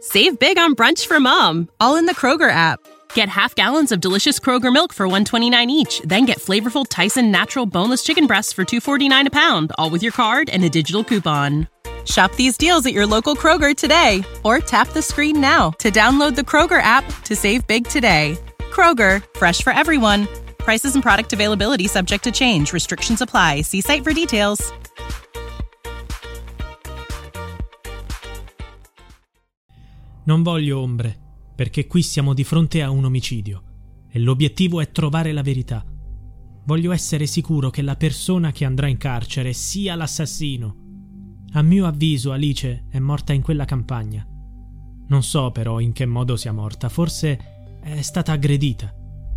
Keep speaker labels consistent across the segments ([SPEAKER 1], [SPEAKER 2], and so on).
[SPEAKER 1] Save big on brunch for mom, all in the Kroger app. Get half gallons of delicious Kroger milk for $1.29 each. Then get flavorful Tyson natural boneless chicken breasts for $2.49 a pound, all with your card and a digital coupon. Shop these deals at your local Kroger today, or tap the screen now to download the Kroger app to save big today. Kroger, fresh for everyone. Prices and product availability subject to change. Restrictions apply. See site for details.
[SPEAKER 2] Non voglio ombre, perché qui siamo di fronte a un omicidio e l'obiettivo è trovare la verità. Voglio essere sicuro che la persona che andrà in carcere sia l'assassino. A mio avviso Alice è morta in quella campagna. Non so però in che modo sia morta, forse è stata aggredita.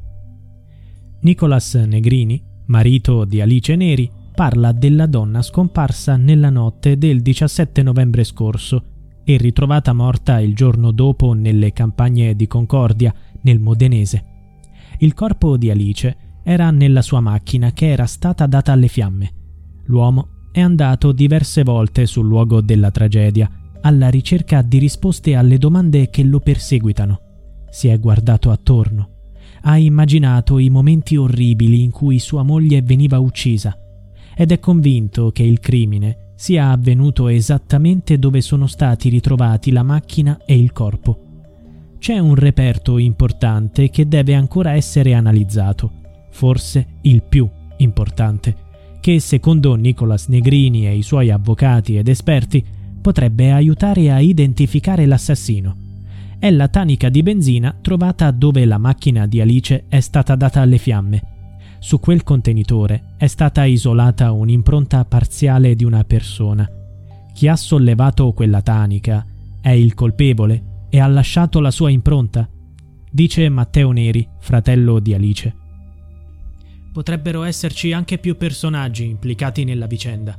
[SPEAKER 2] Nicholas Negrini, marito di Alice Neri, parla della donna scomparsa nella notte del 17 novembre scorso e ritrovata morta il giorno dopo nelle campagne di Concordia, nel Modenese. Il corpo di Alice era nella sua macchina che era stata data alle fiamme. L'uomo è andato diverse volte sul luogo della tragedia, alla ricerca di risposte alle domande che lo perseguitano. Si è guardato attorno. Ha immaginato i momenti orribili in cui sua moglie veniva uccisa ed è convinto che il crimine sia avvenuto esattamente dove sono stati ritrovati la macchina e il corpo. C'è un reperto importante che deve ancora essere analizzato, forse il più importante, che secondo Nicholas Negrini e i suoi avvocati ed esperti potrebbe aiutare a identificare l'assassino. È la tanica di benzina trovata dove la macchina di Alice è stata data alle fiamme. Su quel contenitore è stata isolata un'impronta parziale di una persona. Chi ha sollevato quella tanica è il colpevole e ha lasciato la sua impronta, dice Matteo Neri, fratello di Alice. Potrebbero esserci anche più personaggi implicati nella vicenda.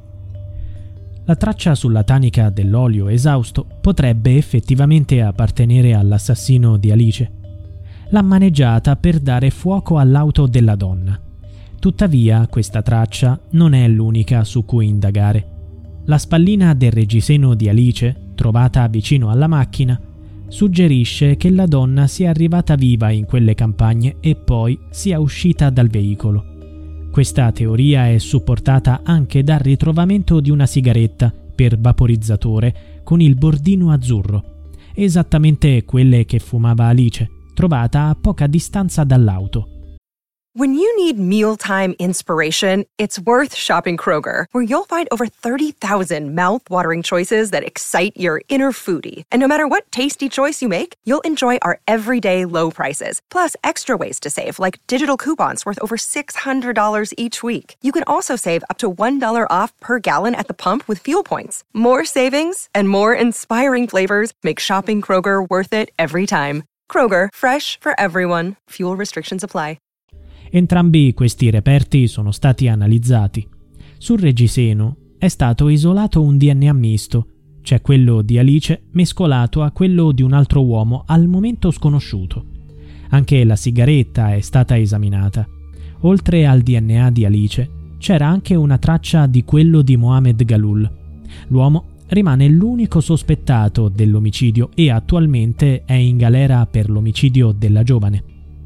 [SPEAKER 2] La traccia sulla tanica dell'olio esausto potrebbe effettivamente appartenere all'assassino di Alice. L'ha maneggiata per dare fuoco all'auto della donna. Tuttavia, questa traccia non è l'unica su cui indagare. La spallina del reggiseno di Alice, trovata vicino alla macchina, suggerisce che la donna sia arrivata viva in quelle campagne e poi sia uscita dal veicolo. Questa teoria è supportata anche dal ritrovamento di una sigaretta per vaporizzatore con il bordino azzurro, esattamente quelle che fumava Alice, trovata a poca distanza dall'auto.
[SPEAKER 3] When you need mealtime inspiration, it's worth shopping Kroger, where you'll find over 30,000 mouth-watering choices that excite your inner foodie. And no matter what tasty choice you make, you'll enjoy our everyday low prices, plus extra ways to save, like digital coupons worth over $600 each week. You can also save up to $1 off per gallon at the pump with fuel points. More savings and more inspiring flavors make shopping Kroger worth it every time. Kroger, fresh for everyone. Fuel restrictions apply.
[SPEAKER 2] Entrambi questi reperti sono stati analizzati. Sul reggiseno è stato isolato un DNA misto, cioè quello di Alice mescolato a quello di un altro uomo al momento sconosciuto. Anche la sigaretta è stata esaminata. Oltre al DNA di Alice, c'era anche una traccia di quello di Mohamed Galul. L'uomo rimane l'unico sospettato dell'omicidio e attualmente è in galera per l'omicidio della giovane.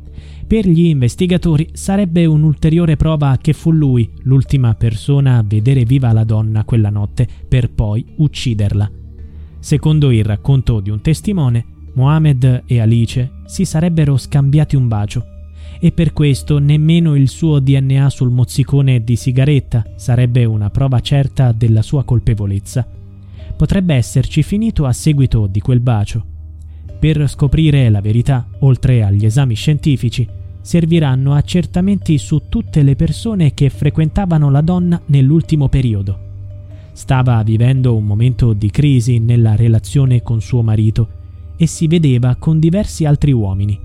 [SPEAKER 2] Per gli investigatori sarebbe un'ulteriore prova che fu lui l'ultima persona a vedere viva la donna quella notte per poi ucciderla. Secondo il racconto di un testimone, Mohamed e Alice si sarebbero scambiati un bacio e per questo nemmeno il suo DNA sul mozzicone di sigaretta sarebbe una prova certa della sua colpevolezza. Potrebbe esserci finito a seguito di quel bacio. Per scoprire la verità, oltre agli esami scientifici, serviranno accertamenti su tutte le persone che frequentavano la donna nell'ultimo periodo. Stava vivendo un momento di crisi nella relazione con suo marito e si vedeva con diversi altri uomini.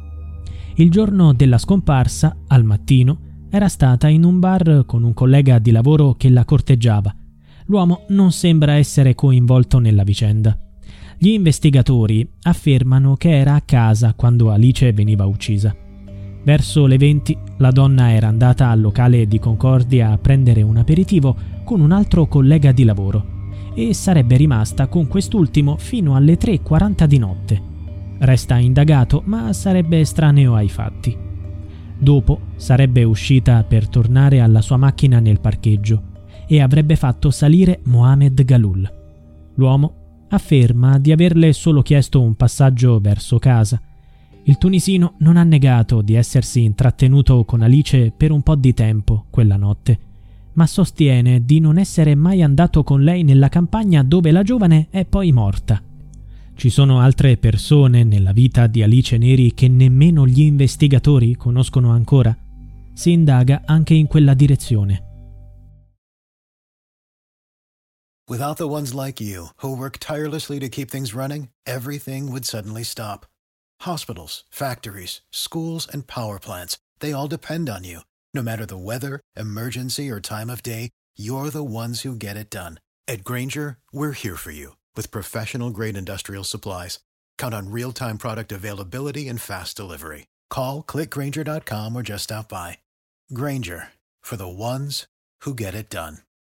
[SPEAKER 2] Il giorno della scomparsa, al mattino, era stata in un bar con un collega di lavoro che la corteggiava. L'uomo non sembra essere coinvolto nella vicenda. Gli investigatori affermano che era a casa quando Alice veniva uccisa. Verso le 20 la donna era andata al locale di Concordia a prendere un aperitivo con un altro collega di lavoro e sarebbe rimasta con quest'ultimo fino alle 3:40 di notte. Resta indagato, ma sarebbe estraneo ai fatti. Dopo sarebbe uscita per tornare alla sua macchina nel parcheggio e avrebbe fatto salire Mohamed Galul. L'uomo afferma di averle solo chiesto un passaggio verso casa. Il tunisino non ha negato di essersi intrattenuto con Alice per un po' di tempo quella notte, ma sostiene di non essere mai andato con lei nella campagna dove la giovane è poi morta. Ci sono altre persone nella vita di Alice Neri che nemmeno gli investigatori conoscono ancora. Si indaga anche in quella direzione.
[SPEAKER 4] Without the ones like you, who work tirelessly to keep things running, everything would suddenly stop. Hospitals, factories, schools, and power plants, they all depend on you. No matter the weather, emergency, or time of day, you're the ones who get it done. At Grainger, we're here for you with professional-grade industrial supplies. Count on real-time product availability and fast delivery. Call, click Grainger.com, or just stop by. Grainger, for the ones who get it done.